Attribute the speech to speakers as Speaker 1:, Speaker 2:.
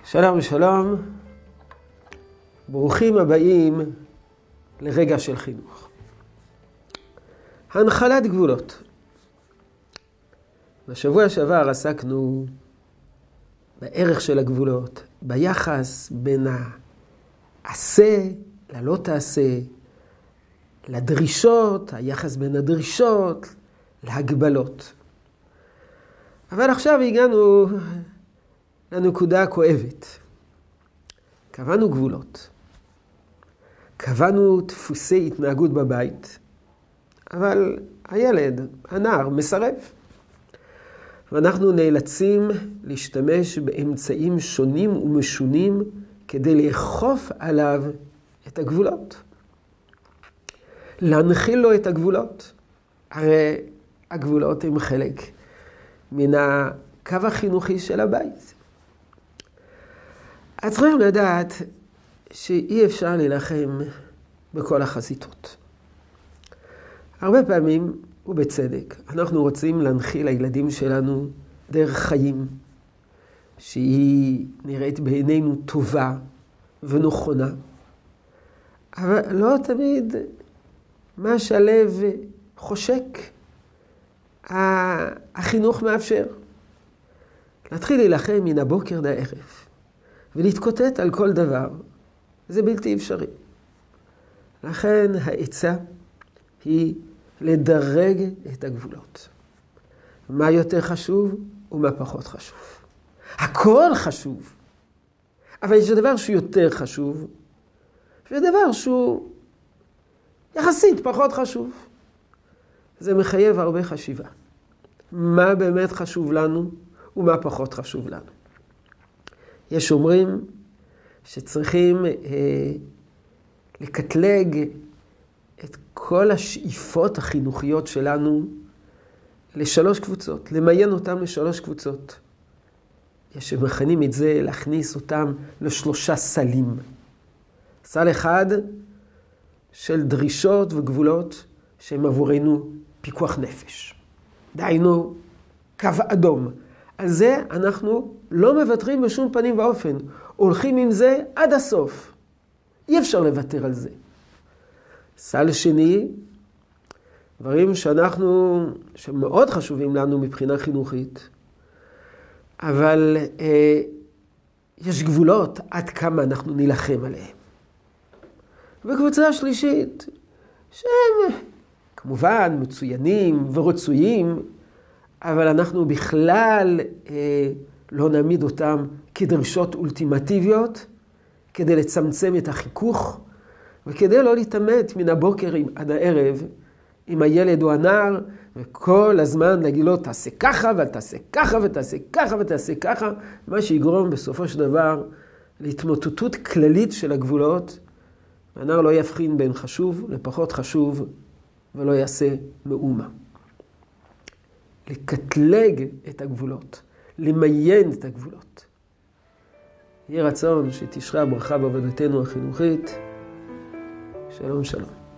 Speaker 1: שלום ושלום, ברוכים הבאים לרגע של חינוך. הנחלת גבולות. בשבוע שעבר עסקנו בערך של הגבולות, ביחס בין העשה ללא תעשה, לדרישות, היחס בין הדרישות, להגבלות. אבל עכשיו הגענו לנקודה הכואבת. קבענו גבולות. קבענו דפוסי התנהגות בבית, אבל הילד, הנער, מסרב. ואנחנו נאלצים להשתמש באמצעים שונים ומשונים כדי לאכוף עליו את הגבולות. להנחיל לו את הגבולות. הרי הגבולות הם חלק מן הקו החינוכי של הבית. אז צריכים לדעת שאי אפשר להילחם בכל החזיתות. הרבה פעמים, ובצדק, אנחנו רוצים להנחיל לילדים שלנו דרך חיים, שהיא נראית בעינינו טובה ונכונה, אבל לא תמיד מה שהלב חושק, החינוך מאפשר. להתחיל להילחם מן הבוקר עד הערב, ולהתקוטט על כל דבר, זה בלתי אפשרי. לכן העצה היא לדרג את הגבולות. מה יותר חשוב ומה פחות חשוב. הכל חשוב, אבל יש דבר שהוא יותר חשוב, ודבר שהוא יחסית פחות חשוב. זה מחייב הרבה חשיבה. מה באמת חשוב לנו ומה פחות חשוב לנו. יש אומרים שצריכים לקטלג את כל השאיפות החינוכיות שלנו לשלוש קבוצות, למיין אותם לשלוש קבוצות. יש שמכנים את זה להכניס אותם לשלושה סלים. סל אחד של דרישות וגבולות שהם עבורנו פיקוח נפש. דהיינו, קו אדום. על זה אנחנו לא מוותרים בשום פנים ואופן. הולכים עם זה עד הסוף. אי אפשר לוותר על זה. סל שני, דברים שמאוד חשובים לנו מבחינה חינוכית, אבל יש גבולות עד כמה אנחנו נילחם עליהם. וקבוצה שלישית, שהם כמובן מצוינים ורצויים, אבל אנחנו בכלל לא נעמיד אותם כדרישות אולטימטיביות, כדי לצמצם את החיכוך, וכדי לא להתעמת מן הבוקר עד הערב עם הילד או הנער, וכל הזמן להגיד לו, תעשה ככה, ותעשה ככה, ותעשה ככה, ותעשה ככה, מה שיגרום בסופו של דבר להתמוטטות כללית של הגבולות, והנער לא יבחין בין חשוב לפחות חשוב, ולא יעשה מאומה. לקטלג את הגבולות, למיין את הגבולות. יהיה רצון שתשרה ברכה בעבודתנו החינוכית. שלום שלום.